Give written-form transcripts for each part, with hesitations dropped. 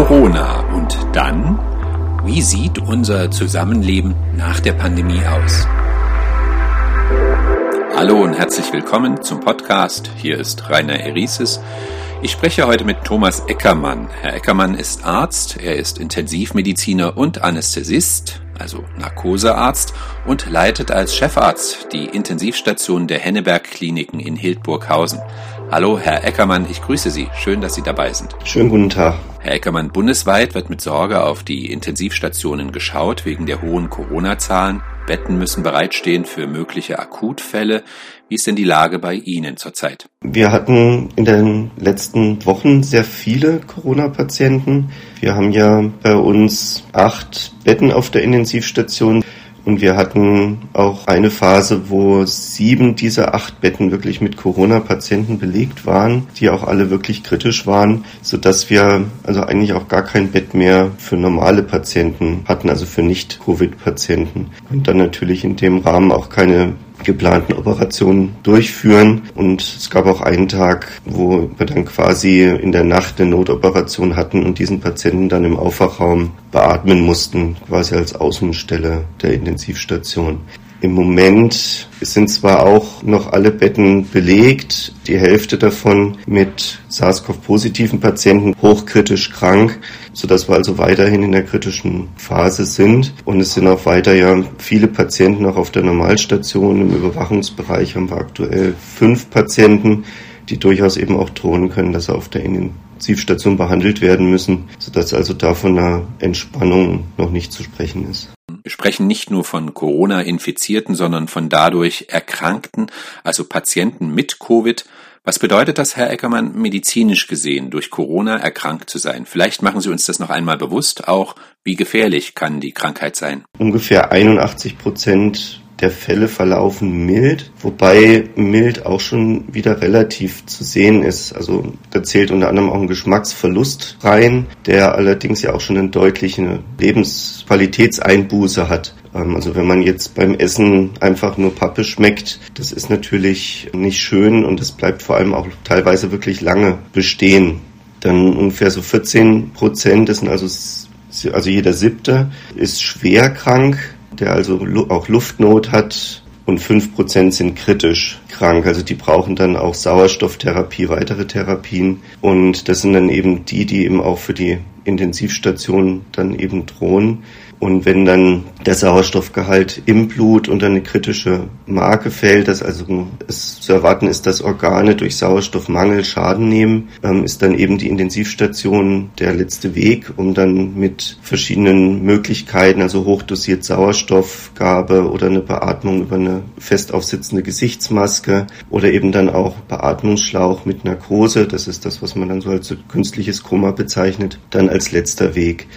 Corona und dann? Wie sieht unser Zusammenleben nach der Pandemie aus? Hallo und herzlich willkommen zum Podcast. Hier ist Rainer Erices. Ich spreche heute mit Thomas Eckermann. Herr Eckermann ist Arzt, er ist Intensivmediziner und Anästhesist, also Narkosearzt, und leitet als Chefarzt die Intensivstation der Henneberg-Kliniken in Hildburghausen. Hallo Herr Eckermann, ich grüße Sie. Schön, dass Sie dabei sind. Schönen guten Tag. Herr Eckermann, bundesweit wird mit Sorge auf die Intensivstationen geschaut wegen der hohen Corona-Zahlen. Betten müssen bereitstehen für mögliche Akutfälle. Wie ist denn die Lage bei Ihnen zurzeit? Wir hatten in den letzten Wochen sehr viele Corona-Patienten. Wir haben ja bei uns 8 Betten auf der Intensivstation. Und wir hatten auch eine Phase, wo 7 dieser 8 Betten wirklich mit Corona-Patienten belegt waren, die auch alle wirklich kritisch waren, sodass wir also eigentlich auch gar kein Bett mehr für normale Patienten hatten, also für Nicht-Covid-Patienten. Und dann natürlich in dem Rahmen auch keine geplanten Operationen durchführen. Und es gab auch einen Tag, wo wir dann quasi in der Nacht eine Notoperation hatten und diesen Patienten dann im Aufwachraum beatmen mussten, quasi als Außenstelle der Intensivstation. Im Moment sind zwar auch noch alle Betten belegt, die Hälfte davon mit SARS-CoV-positiven Patienten hochkritisch krank, sodass wir also weiterhin in der kritischen Phase sind. Und es sind auch weiter ja viele Patienten auch auf der Normalstation. Im Überwachungsbereich haben wir aktuell 5 Patienten, die durchaus eben auch drohen können, dass sie auf der Intensivstation behandelt werden müssen, sodass also da von einer Entspannung noch nicht zu sprechen ist. Wir sprechen nicht nur von Corona-Infizierten, sondern von dadurch Erkrankten, also Patienten mit Covid. Was bedeutet das, Herr Eckermann, medizinisch gesehen, durch Corona erkrankt zu sein? Vielleicht machen Sie uns das noch einmal bewusst, auch wie gefährlich kann die Krankheit sein? Ungefähr 81% der Fälle verlaufen mild, wobei mild auch schon wieder relativ zu sehen ist. Also da zählt unter anderem auch ein Geschmacksverlust rein, der allerdings ja auch schon eine deutliche Lebensqualitätseinbuße hat. Also wenn man jetzt beim Essen einfach nur Pappe schmeckt, das ist natürlich nicht schön und das bleibt vor allem auch teilweise wirklich lange bestehen. Dann ungefähr so 14%, das sind also jeder 7. ist schwer krank, der also auch Luftnot hat, und 5% sind kritisch krank. Also die brauchen dann auch Sauerstofftherapie, weitere Therapien. Und das sind dann eben die eben auch für die Intensivstation dann eben drohen. Und wenn dann der Sauerstoffgehalt im Blut unter eine kritische Marke fällt, dass also es zu erwarten ist, dass Organe durch Sauerstoffmangel Schaden nehmen, ist dann eben die Intensivstation der letzte Weg, um dann mit verschiedenen Möglichkeiten, also hochdosiert Sauerstoffgabe oder eine Beatmung über eine fest aufsitzende Gesichtsmaske oder eben dann auch Beatmungsschlauch mit Narkose, das ist das, was man dann so als künstliches Koma bezeichnet, dann als letzter Weg.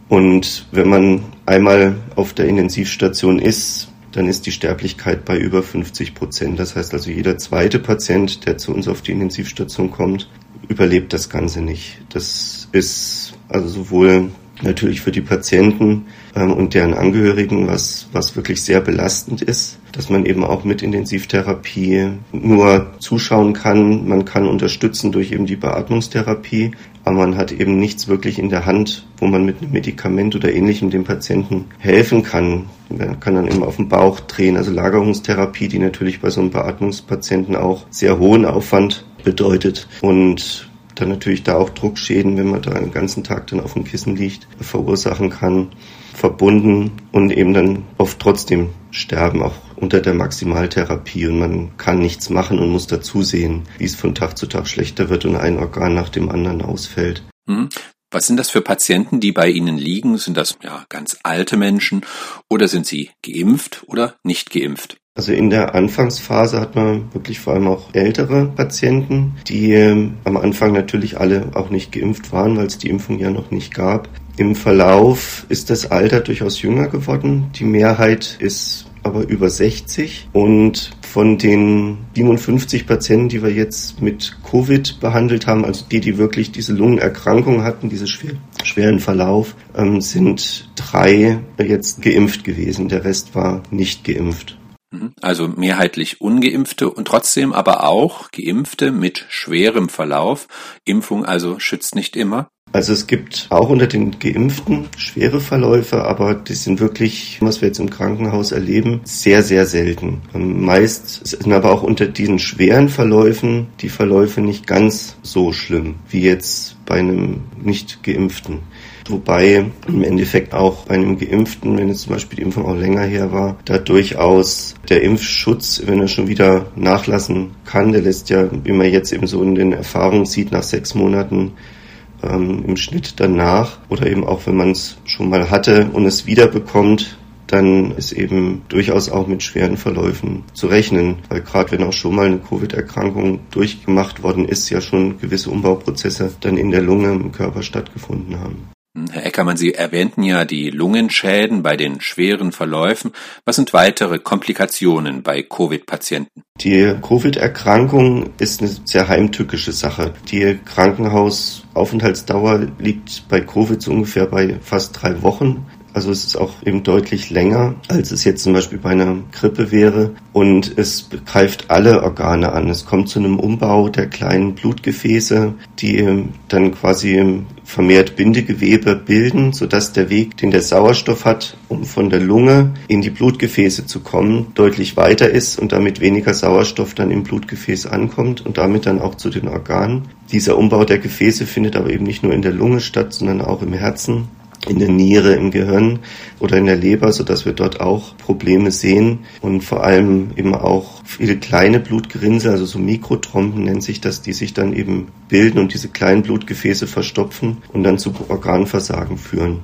Und wenn man einmal auf der Intensivstation ist, dann ist die Sterblichkeit bei über 50%. Das heißt also, jeder zweite Patient, der zu uns auf die Intensivstation kommt, überlebt das Ganze nicht. Das ist also sowohl natürlich für die Patienten und deren Angehörigen, was wirklich sehr belastend ist, dass man eben auch mit Intensivtherapie nur zuschauen kann. Man kann unterstützen durch eben die Beatmungstherapie, aber man hat eben nichts wirklich in der Hand, wo man mit einem Medikament oder Ähnlichem dem Patienten helfen kann. Man kann dann eben auf den Bauch drehen, also Lagerungstherapie, die natürlich bei so einem Beatmungspatienten auch sehr hohen Aufwand bedeutet und dann natürlich da auch Druckschäden, wenn man da den ganzen Tag dann auf dem Kissen liegt, verursachen kann, verbunden und eben dann oft trotzdem sterben, auch unter der Maximaltherapie. Und man kann nichts machen und muss dazusehen, wie es von Tag zu Tag schlechter wird und ein Organ nach dem anderen ausfällt. Was sind das für Patienten, die bei Ihnen liegen? Sind das ganz alte Menschen oder sind sie geimpft oder nicht geimpft? Also in der Anfangsphase hat man wirklich vor allem auch ältere Patienten, die am Anfang natürlich alle auch nicht geimpft waren, weil es die Impfung ja noch nicht gab. Im Verlauf ist das Alter durchaus jünger geworden. Die Mehrheit ist aber über 60 und von den 57 Patienten, die wir jetzt mit Covid behandelt haben, also die wirklich diese Lungenerkrankung hatten, diese schweren Verlauf, sind 3 jetzt geimpft gewesen. Der Rest war nicht geimpft. Also mehrheitlich Ungeimpfte und trotzdem aber auch Geimpfte mit schwerem Verlauf. Impfung also schützt nicht immer. Also es gibt auch unter den Geimpften schwere Verläufe, aber die sind wirklich, was wir jetzt im Krankenhaus erleben, sehr, sehr selten. Meist sind aber auch unter diesen schweren Verläufen die Verläufe nicht ganz so schlimm wie jetzt bei einem Nicht-Geimpften. Wobei im Endeffekt auch bei einem Geimpften, wenn jetzt zum Beispiel die Impfung auch länger her war, da durchaus der Impfschutz, wenn er schon wieder nachlassen kann, der lässt ja, wie man jetzt eben so in den Erfahrungen sieht, nach 6 Monaten im Schnitt danach, oder eben auch wenn man es schon mal hatte und es wieder bekommt, dann ist eben durchaus auch mit schweren Verläufen zu rechnen. Weil gerade wenn auch schon mal eine Covid-Erkrankung durchgemacht worden ist, ja schon gewisse Umbauprozesse dann in der Lunge im Körper stattgefunden haben. Herr Eckermann, Sie erwähnten ja die Lungenschäden bei den schweren Verläufen. Was sind weitere Komplikationen bei Covid-Patienten? Die Covid-Erkrankung ist eine sehr heimtückische Sache. Die Krankenhausaufenthaltsdauer liegt bei Covid so ungefähr bei fast 3 Wochen. Also es ist auch eben deutlich länger, als es jetzt zum Beispiel bei einer Grippe wäre. Und es greift alle Organe an. Es kommt zu einem Umbau der kleinen Blutgefäße, die dann quasi vermehrt Bindegewebe bilden, sodass der Weg, den der Sauerstoff hat, um von der Lunge in die Blutgefäße zu kommen, deutlich weiter ist und damit weniger Sauerstoff dann im Blutgefäß ankommt und damit dann auch zu den Organen. Dieser Umbau der Gefäße findet aber eben nicht nur in der Lunge statt, sondern auch im Herzen, in der Niere, im Gehirn oder in der Leber, sodass wir dort auch Probleme sehen und vor allem eben auch viele kleine Blutgerinnsel, also so Mikrothromben nennt sich das, die sich dann eben bilden und diese kleinen Blutgefäße verstopfen und dann zu Organversagen führen.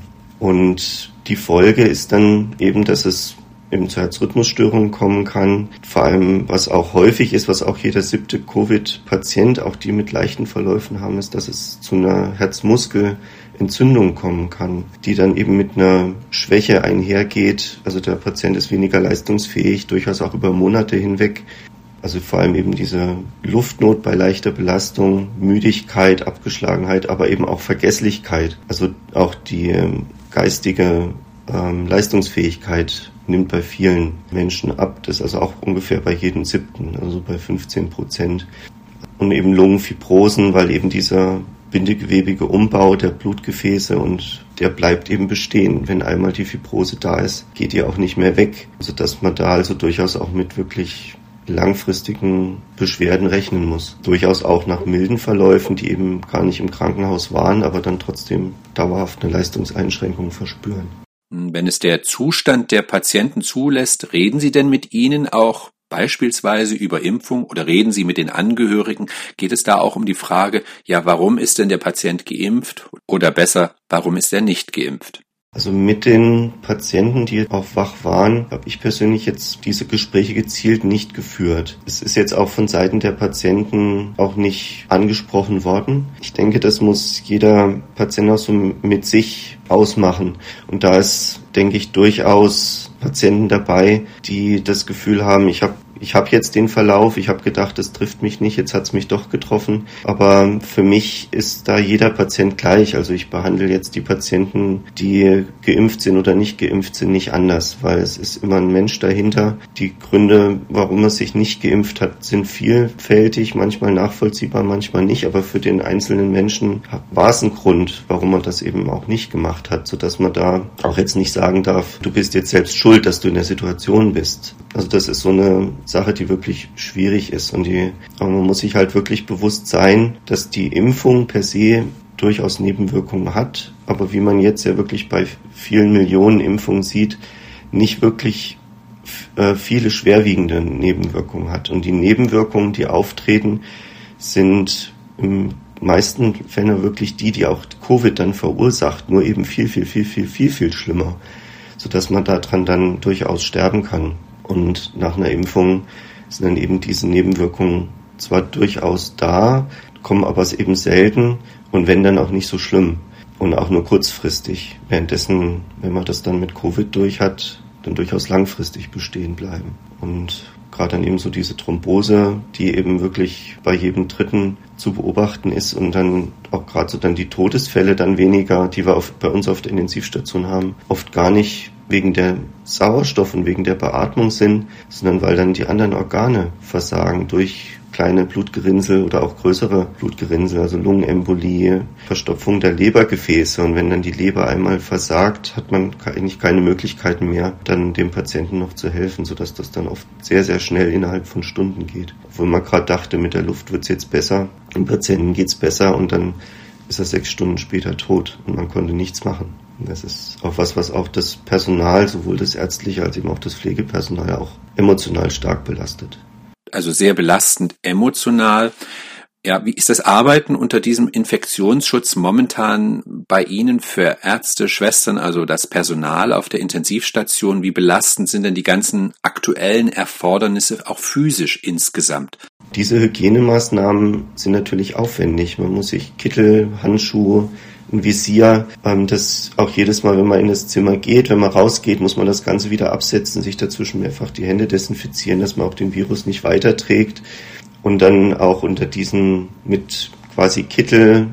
Und die Folge ist dann eben, dass es eben zu Herzrhythmusstörungen kommen kann. Vor allem, was auch häufig ist, was auch jeder 7. Covid-Patient, auch die mit leichten Verläufen haben, ist, dass es zu einer Herzmuskelentzündung kommen kann, die dann eben mit einer Schwäche einhergeht. Also der Patient ist weniger leistungsfähig, durchaus auch über Monate hinweg. Also vor allem eben diese Luftnot bei leichter Belastung, Müdigkeit, Abgeschlagenheit, aber eben auch Vergesslichkeit. Also auch die geistige Leistungsfähigkeit nimmt bei vielen Menschen ab. Das ist also auch ungefähr bei jedem 7., also bei 15%. Und eben Lungenfibrosen, weil eben dieser bindegewebige Umbau der Blutgefäße und der bleibt eben bestehen. Wenn einmal die Fibrose da ist, geht die auch nicht mehr weg. Also dass man da also durchaus auch mit wirklich langfristigen Beschwerden rechnen muss. Durchaus auch nach milden Verläufen, die eben gar nicht im Krankenhaus waren, aber dann trotzdem dauerhaft eine Leistungseinschränkung verspüren. Wenn es der Zustand der Patienten zulässt, reden Sie denn mit ihnen auch beispielsweise über Impfung oder reden Sie mit den Angehörigen? Geht es da auch um die Frage, ja, warum ist denn der Patient geimpft? Oder besser, warum ist er nicht geimpft? Also mit den Patienten, die auch wach waren, habe ich persönlich jetzt diese Gespräche gezielt nicht geführt. Es ist jetzt auch von Seiten der Patienten auch nicht angesprochen worden. Ich denke, das muss jeder Patient auch so mit sich ausmachen. Und da ist, denke ich, durchaus Patienten dabei, die das Gefühl haben, ich habe jetzt den Verlauf, ich habe gedacht, das trifft mich nicht, jetzt hat es mich doch getroffen. Aber für mich ist da jeder Patient gleich. Also ich behandle jetzt die Patienten, die geimpft sind oder nicht geimpft sind, nicht anders, weil es ist immer ein Mensch dahinter. Die Gründe, warum er sich nicht geimpft hat, sind vielfältig, manchmal nachvollziehbar, manchmal nicht. Aber für den einzelnen Menschen war es ein Grund, warum er das eben auch nicht gemacht hat, sodass man da auch jetzt nicht sagen darf, du bist jetzt selbst schuld, dass du in der Situation bist. Also das ist so eine Sache, die wirklich schwierig ist und man muss sich halt wirklich bewusst sein, dass die Impfung per se durchaus Nebenwirkungen hat, aber wie man jetzt ja wirklich bei vielen Millionen Impfungen sieht, nicht wirklich viele schwerwiegende Nebenwirkungen hat. Und die Nebenwirkungen, die auftreten, sind im meisten Fällen wirklich die auch Covid dann verursacht, nur eben viel schlimmer, sodass man daran dann durchaus sterben kann. Und nach einer Impfung sind dann eben diese Nebenwirkungen zwar durchaus da, kommen aber eben selten und wenn dann auch nicht so schlimm und auch nur kurzfristig. Währenddessen, wenn man das dann mit Covid durch hat, dann durchaus langfristig bestehen bleiben. Und gerade dann eben so diese Thrombose, die eben wirklich bei jedem Dritten zu beobachten ist und dann auch gerade so dann die Todesfälle dann weniger, die wir bei uns auf der Intensivstation haben, oft gar nicht wegen der Sauerstoff und wegen der Beatmung sind, sondern weil dann die anderen Organe versagen durch kleine Blutgerinnsel oder auch größere Blutgerinnsel, also Lungenembolie, Verstopfung der Lebergefäße. Und wenn dann die Leber einmal versagt, hat man eigentlich keine Möglichkeiten mehr, dann dem Patienten noch zu helfen, sodass das dann oft sehr, sehr schnell innerhalb von Stunden geht. Obwohl man gerade dachte, mit der Luft wird es jetzt besser, dem Patienten geht es besser und dann ist er 6 Stunden später tot und man konnte nichts machen. Und das ist auch was auch das Personal, sowohl das ärztliche als eben auch das Pflegepersonal, auch emotional stark belastet. Also sehr belastend emotional. Ja, wie ist das Arbeiten unter diesem Infektionsschutz momentan bei Ihnen für Ärzte, Schwestern, also das Personal auf der Intensivstation? Wie belastend sind denn die ganzen aktuellen Erfordernisse auch physisch insgesamt? Diese Hygienemaßnahmen sind natürlich aufwendig. Man muss sich Kittel, Handschuhe, ein Visier, das auch jedes Mal, wenn man in das Zimmer geht, wenn man rausgeht, muss man das Ganze wieder absetzen, sich dazwischen mehrfach die Hände desinfizieren, dass man auch den Virus nicht weiterträgt. Und dann auch unter diesen mit quasi Kittel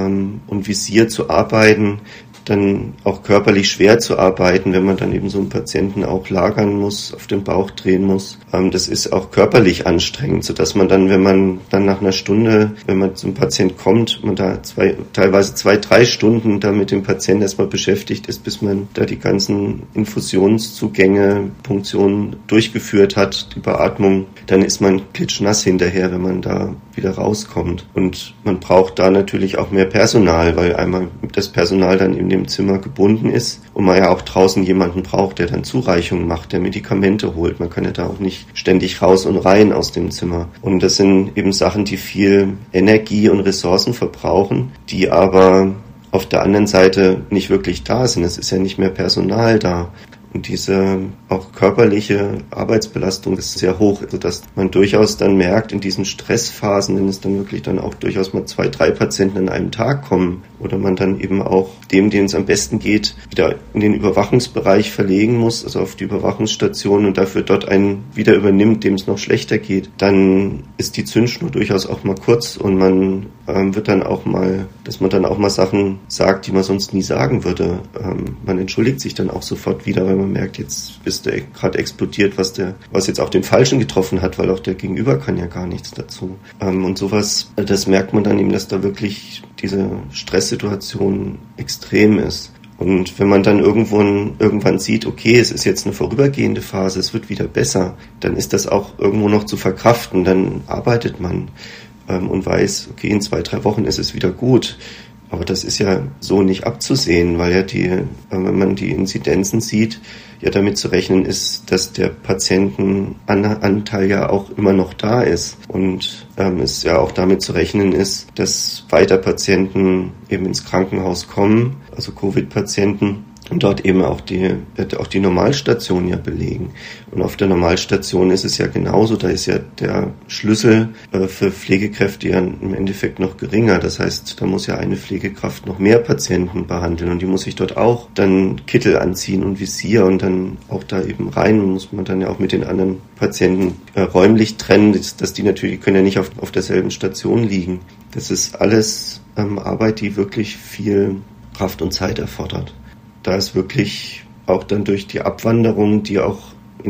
und Visier zu arbeiten, dann auch körperlich schwer zu arbeiten, wenn man dann eben so einen Patienten auch lagern muss, auf den Bauch drehen muss. Das ist auch körperlich anstrengend, sodass man dann, wenn man dann nach einer Stunde, wenn man zum Patient kommt, man da teilweise 2-3 Stunden da mit dem Patienten erstmal beschäftigt ist, bis man da die ganzen Infusionszugänge, Punktionen durchgeführt hat, die Beatmung, dann ist man klitschnass hinterher, wenn man da wieder rauskommt. Und man braucht da natürlich auch mehr Personal, weil einmal das Personal dann in dem Zimmer gebunden ist und man ja auch draußen jemanden braucht, der dann Zureichungen macht, der Medikamente holt. Man kann ja da auch nicht ständig raus und rein aus dem Zimmer. Und das sind eben Sachen, die viel Energie und Ressourcen verbrauchen, die aber auf der anderen Seite nicht wirklich da sind. Es ist ja nicht mehr Personal da. Und diese auch körperliche Arbeitsbelastung ist sehr hoch, sodass man durchaus dann merkt, in diesen Stressphasen, wenn es dann wirklich dann auch durchaus mal 2-3 Patienten an einem Tag kommen oder man dann eben auch dem, denen es am besten geht, wieder in den Überwachungsbereich verlegen muss, also auf die Überwachungsstation und dafür dort einen wieder übernimmt, dem es noch schlechter geht, dann ist die Zündschnur durchaus auch mal kurz und man wird dann auch mal, dass man dann auch mal Sachen sagt, die man sonst nie sagen würde. Man entschuldigt sich dann auch sofort wieder, weil man merkt, jetzt ist der gerade explodiert, was jetzt auch den Falschen getroffen hat, weil auch der Gegenüber kann ja gar nichts dazu. Und sowas, das merkt man dann eben, dass da wirklich diese Stresssituation extrem ist. Und wenn man dann irgendwann sieht, okay, es ist jetzt eine vorübergehende Phase, es wird wieder besser, dann ist das auch irgendwo noch zu verkraften. Dann arbeitet man und weiß, okay, in 2-3 Wochen ist es wieder gut. Aber das ist ja so nicht abzusehen, weil ja wenn man die Inzidenzen sieht, ja damit zu rechnen ist, dass der Patientenanteil ja auch immer noch da ist. Und es ja auch damit zu rechnen ist, dass weiter Patienten eben ins Krankenhaus kommen, also Covid-Patienten, und dort eben auch die Normalstation ja belegen. Und auf der Normalstation ist es ja genauso, da ist ja der Schlüssel für Pflegekräfte ja im Endeffekt noch geringer. Das heißt, da muss ja eine Pflegekraft noch mehr Patienten behandeln und die muss sich dort auch dann Kittel anziehen und Visier und dann auch da eben rein und muss man dann ja auch mit den anderen Patienten räumlich trennen, dass die natürlich können ja nicht auf derselben Station liegen. Das ist alles Arbeit, die wirklich viel Kraft und Zeit erfordert. Da ist wirklich auch dann durch die Abwanderung, die auch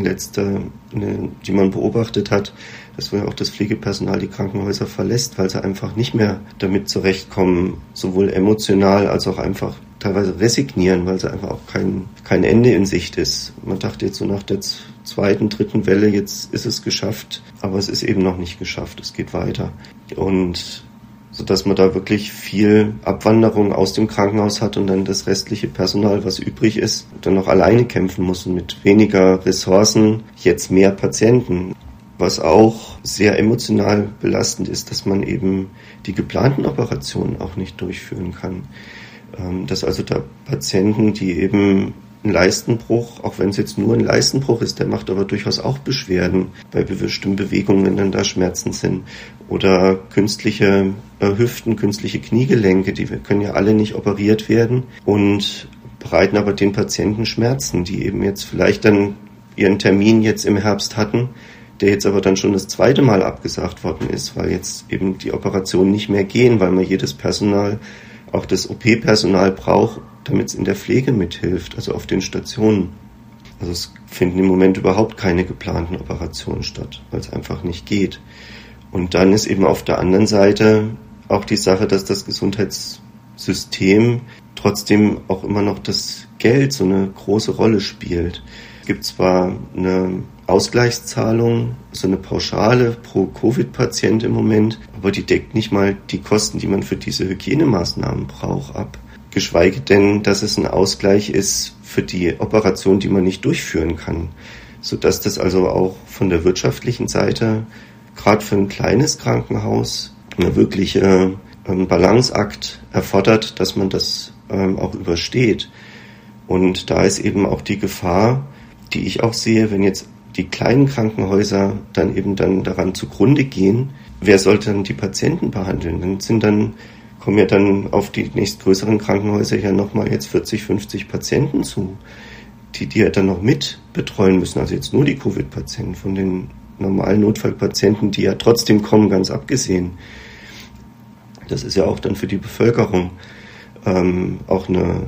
die man beobachtet hat, dass wir auch das Pflegepersonal die Krankenhäuser verlässt, weil sie einfach nicht mehr damit zurechtkommen, sowohl emotional als auch einfach teilweise resignieren, weil sie einfach auch kein Ende in Sicht ist. Man dachte jetzt so nach der 2., 3. Welle, jetzt ist es geschafft, aber es ist eben noch nicht geschafft, es geht weiter. Und sodass man da wirklich viel Abwanderung aus dem Krankenhaus hat und dann das restliche Personal, was übrig ist, dann noch alleine kämpfen muss und mit weniger Ressourcen jetzt mehr Patienten. Was auch sehr emotional belastend ist, dass man eben die geplanten Operationen auch nicht durchführen kann. Dass also da Patienten, die eben ein Leistenbruch, auch wenn es jetzt nur ein Leistenbruch ist, der macht aber durchaus auch Beschwerden bei bestimmten Bewegungen, wenn dann da Schmerzen sind. Oder künstliche Hüften, künstliche Kniegelenke, die können ja alle nicht operiert werden und bereiten aber den Patienten Schmerzen, die eben jetzt vielleicht dann ihren Termin jetzt im Herbst hatten, der jetzt aber dann schon das 2. Mal abgesagt worden ist, weil jetzt eben die Operationen nicht mehr gehen, weil man jedes Personal, auch das OP-Personal braucht, damit es in der Pflege mithilft, also auf den Stationen. Also es finden im Moment überhaupt keine geplanten Operationen statt, weil es einfach nicht geht. Und dann ist eben auf der anderen Seite auch die Sache, dass das Gesundheitssystem trotzdem auch immer noch das Geld so eine große Rolle spielt. Es gibt zwar eine Ausgleichszahlung, so eine Pauschale pro Covid-Patient im Moment, aber die deckt nicht mal die Kosten, die man für diese Hygienemaßnahmen braucht, ab. Geschweige denn, dass es ein Ausgleich ist für die Operation, die man nicht durchführen kann. Sodass das also auch von der wirtschaftlichen Seite, gerade für ein kleines Krankenhaus, eine wirkliche Balanceakt erfordert, dass man das auch übersteht. Und da ist eben auch die Gefahr, die ich auch sehe, wenn jetzt die kleinen Krankenhäuser dann daran zugrunde gehen, wer sollte dann die Patienten behandeln? Kommen ja dann auf die nächstgrößeren Krankenhäuser ja nochmal jetzt 40, 50 Patienten zu, die ja dann noch mit betreuen müssen. Also jetzt nur die Covid-Patienten, von den normalen Notfallpatienten, die ja trotzdem kommen, ganz abgesehen. Das ist ja auch dann für die Bevölkerung auch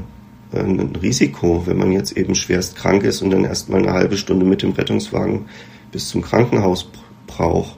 ein Risiko, wenn man jetzt eben schwerst krank ist und dann erstmal eine halbe Stunde mit dem Rettungswagen bis zum Krankenhaus braucht.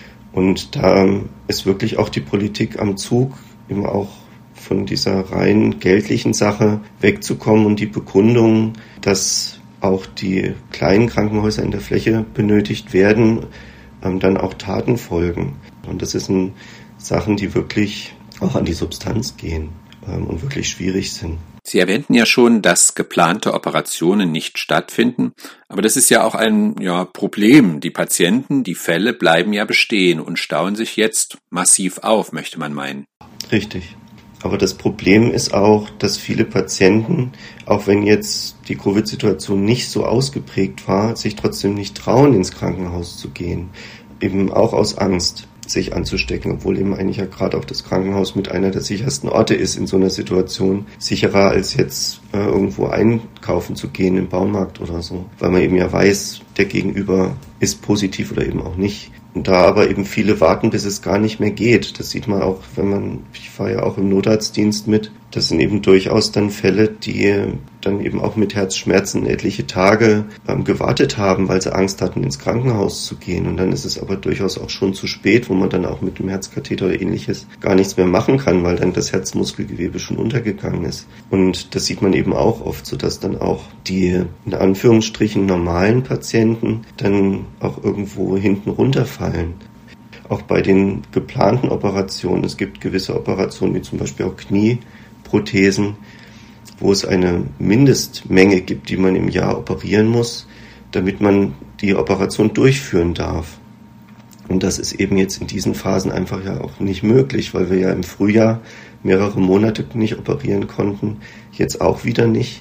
Und da ist wirklich auch die Politik am Zug, eben auch von dieser rein geldlichen Sache wegzukommen und die Bekundung, dass auch die kleinen Krankenhäuser in der Fläche benötigt werden, dann auch Taten folgen. Und das sind Sachen, die wirklich auch an die Substanz gehen und wirklich schwierig sind. Sie erwähnten ja schon, dass geplante Operationen nicht stattfinden, aber das ist ja auch ein Problem. Die Patienten, die Fälle bleiben ja bestehen und stauen sich jetzt massiv auf, möchte man meinen. Richtig. Aber das Problem ist auch, dass viele Patienten, auch wenn jetzt die Covid-Situation nicht so ausgeprägt war, sich trotzdem nicht trauen, ins Krankenhaus zu gehen. Eben auch aus Angst, sich anzustecken, obwohl eben eigentlich ja gerade auch das Krankenhaus mit einer der sichersten Orte ist in so einer Situation. Sicherer als jetzt irgendwo einkaufen zu gehen im Baumarkt oder so. Weil man eben ja weiß, der Gegenüber ist positiv oder eben auch nicht. Und da aber eben viele warten, bis es gar nicht mehr geht. Das sieht man auch, ich fahre ja auch im Notarztdienst mit, das sind eben durchaus dann Fälle, die dann eben auch mit Herzschmerzen etliche Tage gewartet haben, weil sie Angst hatten, ins Krankenhaus zu gehen. Und dann ist es aber durchaus auch schon zu spät, wo man dann auch mit dem Herzkatheter oder ähnliches gar nichts mehr machen kann, weil dann das Herzmuskelgewebe schon untergegangen ist. Und das sieht man eben auch oft, sodass dann auch die in Anführungsstrichen normalen Patienten dann auch irgendwo hinten runterfallen. Auch bei den geplanten Operationen, es gibt gewisse Operationen, wie zum Beispiel auch Knieprothesen, wo es eine Mindestmenge gibt, die man im Jahr operieren muss, damit man die Operation durchführen darf. Und das ist eben jetzt in diesen Phasen einfach ja auch nicht möglich, weil wir ja im Frühjahr mehrere Monate nicht operieren konnten, jetzt auch wieder nicht.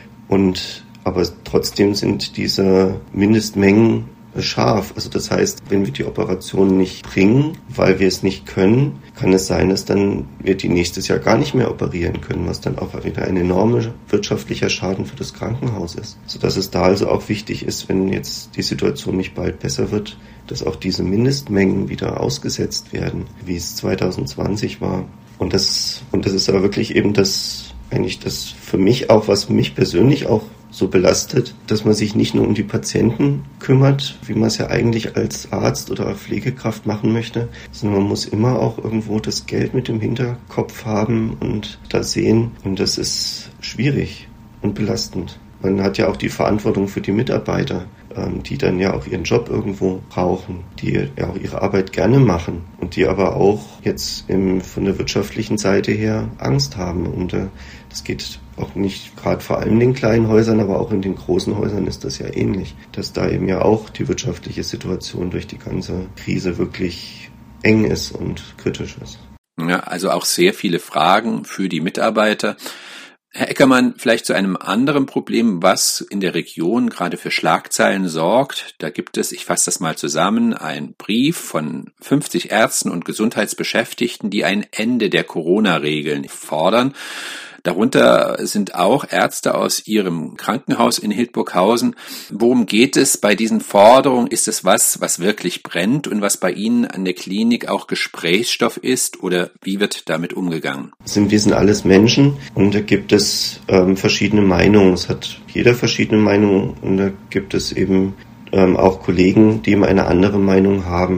Aber trotzdem sind diese Mindestmengen scharf. Also das heißt, wenn wir die Operation nicht bringen, weil wir es nicht können, kann es sein, dass dann wir die nächstes Jahr gar nicht mehr operieren können, was dann auch wieder ein enormer wirtschaftlicher Schaden für das Krankenhaus ist. Sodass es da also auch wichtig ist, wenn jetzt die Situation nicht bald besser wird, dass auch diese Mindestmengen wieder ausgesetzt werden, wie es 2020 war. Und das ist aber wirklich eben das für mich auch, was mich persönlich auch so belastet, dass man sich nicht nur um die Patienten kümmert, wie man es ja eigentlich als Arzt oder Pflegekraft machen möchte, sondern man muss immer auch irgendwo das Geld mit im Hinterkopf haben und da sehen. Und das ist schwierig und belastend. Man hat ja auch die Verantwortung für die Mitarbeiter, die dann ja auch ihren Job irgendwo brauchen, die ja auch ihre Arbeit gerne machen und die aber auch jetzt von der wirtschaftlichen Seite her Angst haben. Und das geht auch nicht gerade vor allem in den kleinen Häusern, aber auch in den großen Häusern ist das ja ähnlich, dass da eben ja auch die wirtschaftliche Situation durch die ganze Krise wirklich eng ist und kritisch ist. Ja, also auch sehr viele Fragen für die Mitarbeiter. Herr Eckermann, vielleicht zu einem anderen Problem, was in der Region gerade für Schlagzeilen sorgt. Da gibt es, ich fasse das mal zusammen, einen Brief von 50 Ärzten und Gesundheitsbeschäftigten, die ein Ende der Corona-Regeln fordern. Darunter sind auch Ärzte aus Ihrem Krankenhaus in Hildburghausen. Worum geht es bei diesen Forderungen? Ist es was wirklich brennt und was bei Ihnen an der Klinik auch Gesprächsstoff ist? Oder wie wird damit umgegangen? Wir sind alles Menschen und da gibt es verschiedene Meinungen. Es hat jeder verschiedene Meinungen und da gibt es eben auch Kollegen, die eben eine andere Meinung haben.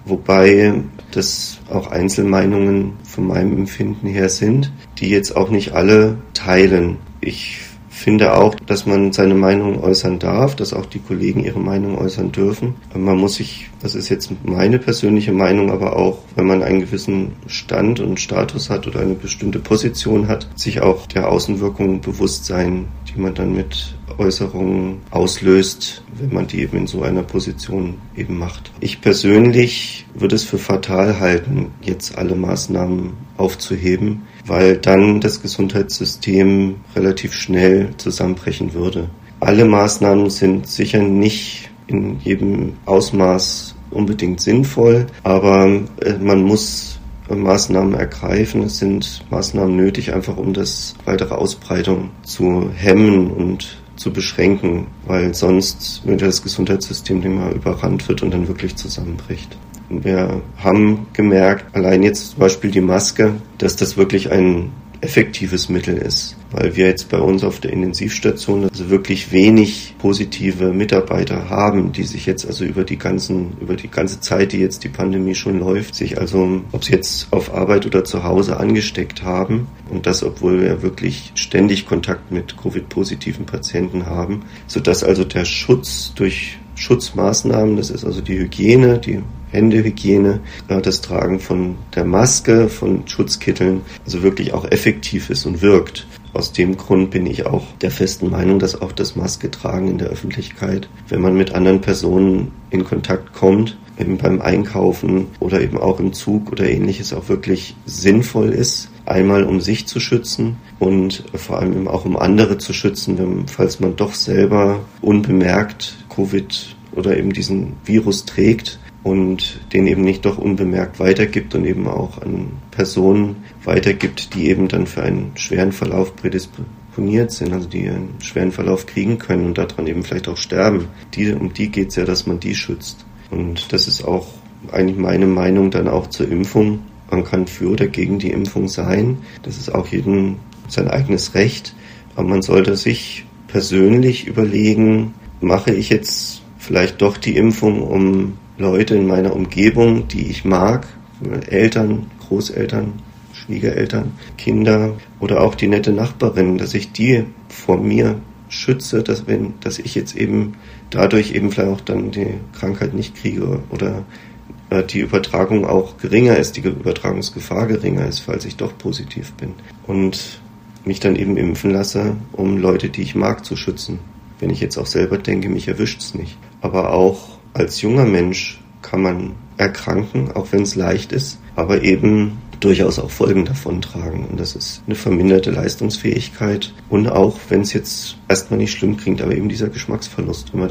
wobei das auch Einzelmeinungen von meinem Empfinden her sind, die jetzt auch nicht alle teilen. Ich finde auch, dass man seine Meinung äußern darf, dass auch die Kollegen ihre Meinung äußern dürfen. Man muss sich, das ist jetzt meine persönliche Meinung, aber auch, wenn man einen gewissen Stand und Status hat oder eine bestimmte Position hat, sich auch der Außenwirkung bewusst sein, die man dann mit Äußerungen auslöst, wenn man die eben in so einer Position eben macht. Ich persönlich würde es für fatal halten, jetzt alle Maßnahmen aufzuheben, weil dann das Gesundheitssystem relativ schnell zusammenbrechen würde. Alle Maßnahmen sind sicher nicht in jedem Ausmaß unbedingt sinnvoll, aber man muss Maßnahmen ergreifen. Es sind Maßnahmen nötig, einfach um das weitere Ausbreitung zu hemmen und zu beschränken, weil sonst würde das Gesundheitssystem immer überrannt wird und dann wirklich zusammenbricht. Wir haben gemerkt, allein jetzt zum Beispiel die Maske, dass das wirklich ein effektives Mittel ist, weil wir jetzt bei uns auf der Intensivstation also wirklich wenig positive Mitarbeiter haben, die sich jetzt also über die ganze Zeit, die jetzt die Pandemie schon läuft, sich also, ob sie jetzt auf Arbeit oder zu Hause angesteckt haben, und das, obwohl wir wirklich ständig Kontakt mit Covid-positiven Patienten haben, sodass also der Schutz durch Schutzmaßnahmen, das ist also die Hygiene, die Händehygiene, das Tragen von der Maske, von Schutzkitteln, also wirklich auch effektiv ist und wirkt. Aus dem Grund bin ich auch der festen Meinung, dass auch das Masketragen in der Öffentlichkeit, wenn man mit anderen Personen in Kontakt kommt, eben beim Einkaufen oder eben auch im Zug oder ähnliches, auch wirklich sinnvoll ist. Einmal um sich zu schützen und vor allem eben auch um andere zu schützen, falls man doch selber unbemerkt Covid oder eben diesen Virus trägt und den eben nicht doch unbemerkt weitergibt und eben auch an Personen weitergibt, die eben dann für einen schweren Verlauf prädisponiert sind, also die einen schweren Verlauf kriegen können und daran eben vielleicht auch sterben. Um die geht es ja, dass man die schützt. Und das ist auch eigentlich meine Meinung dann auch zur Impfung. Man kann für oder gegen die Impfung sein. Das ist auch jedem sein eigenes Recht. Aber man sollte sich persönlich überlegen, mache ich jetzt vielleicht doch die Impfung, um Leute in meiner Umgebung, die ich mag, Eltern, Großeltern, Schwiegereltern, Kinder oder auch die nette Nachbarin, dass ich die vor mir schütze, dass ich jetzt eben dadurch eben vielleicht auch dann die Krankheit nicht kriege oder die Übertragung auch geringer ist, die Übertragungsgefahr geringer ist, falls ich doch positiv bin. Und mich dann eben impfen lasse, um Leute, die ich mag, zu schützen. Wenn ich jetzt auch selber denke, mich erwischt's nicht. Aber auch als junger Mensch kann man erkranken, auch wenn es leicht ist, aber eben durchaus auch Folgen davontragen. Und das ist eine verminderte Leistungsfähigkeit und auch, wenn es jetzt erstmal nicht schlimm klingt, aber eben dieser Geschmacksverlust, wenn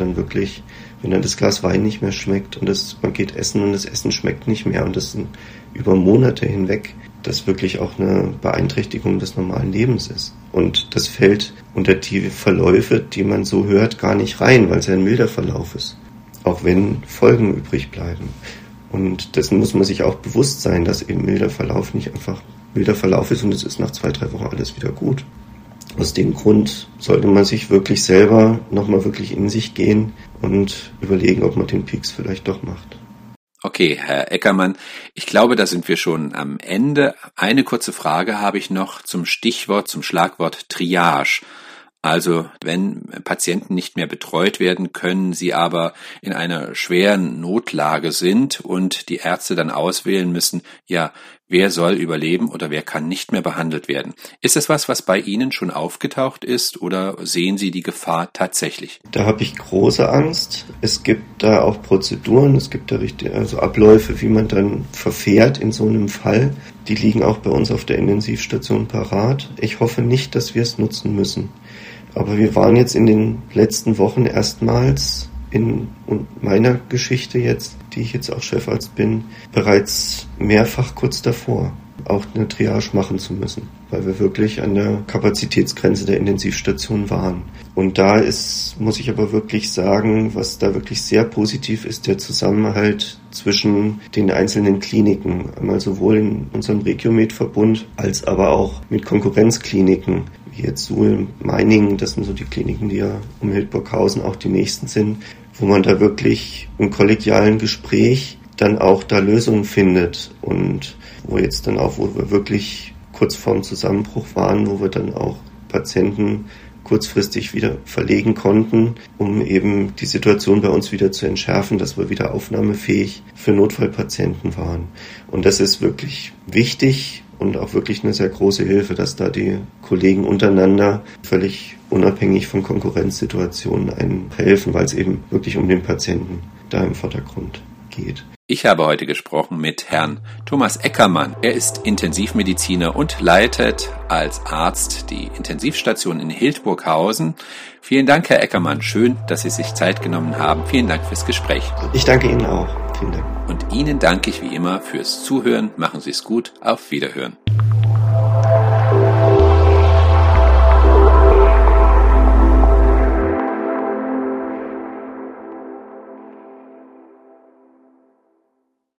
dann das Glas Wein nicht mehr schmeckt und man geht essen und das Essen schmeckt nicht mehr und das sind über Monate hinweg, das wirklich auch eine Beeinträchtigung des normalen Lebens ist. Und das fällt unter die Verläufe, die man so hört, gar nicht rein, weil es ja ein milder Verlauf ist. Auch wenn Folgen übrig bleiben. Und dessen muss man sich auch bewusst sein, dass eben milder Verlauf nicht einfach milder Verlauf ist und es ist nach 2-3 Wochen alles wieder gut. Aus dem Grund sollte man sich wirklich selber nochmal wirklich in sich gehen und überlegen, ob man den Peaks vielleicht doch macht. Okay, Herr Eckermann, ich glaube, da sind wir schon am Ende. Eine kurze Frage habe ich noch zum Schlagwort Triage. Also wenn Patienten nicht mehr betreut werden können, sie aber in einer schweren Notlage sind und die Ärzte dann auswählen müssen, ja, wer soll überleben oder wer kann nicht mehr behandelt werden. Ist das was bei Ihnen schon aufgetaucht ist oder sehen Sie die Gefahr tatsächlich? Da habe ich große Angst. Es gibt da auch Prozeduren, es gibt da Abläufe, wie man dann verfährt in so einem Fall. Die liegen auch bei uns auf der Intensivstation parat. Ich hoffe nicht, dass wir es nutzen müssen. Aber wir waren jetzt in den letzten Wochen erstmals in meiner Geschichte jetzt, die ich jetzt auch Chefarzt bin, bereits mehrfach kurz davor, auch eine Triage machen zu müssen, weil wir wirklich an der Kapazitätsgrenze der Intensivstation waren. Und da muss ich aber wirklich sagen, was da wirklich sehr positiv ist, der Zusammenhalt zwischen den einzelnen Kliniken, einmal sowohl in unserem Regiomed-Verbund als aber auch mit Konkurrenzkliniken, wie jetzt Suhl, Meiningen, das sind so die Kliniken, die ja um Hildburghausen auch die nächsten sind, wo man da wirklich im kollegialen Gespräch dann auch da Lösungen findet und wo wir wirklich kurz vorm Zusammenbruch waren, wo wir dann auch Patienten kurzfristig wieder verlegen konnten, um eben die Situation bei uns wieder zu entschärfen, dass wir wieder aufnahmefähig für Notfallpatienten waren. Und das ist wirklich wichtig und auch wirklich eine sehr große Hilfe, dass da die Kollegen untereinander völlig unabhängig von Konkurrenzsituationen einem helfen, weil es eben wirklich um den Patienten da im Vordergrund geht. Ich habe heute gesprochen mit Herrn Thomas Eckermann. Er ist Intensivmediziner und leitet als Arzt die Intensivstation in Hildburghausen. Vielen Dank, Herr Eckermann. Schön, dass Sie sich Zeit genommen haben. Vielen Dank fürs Gespräch. Ich danke Ihnen auch. Vielen Dank. Und Ihnen danke ich wie immer fürs Zuhören. Machen Sie es gut. Auf Wiederhören.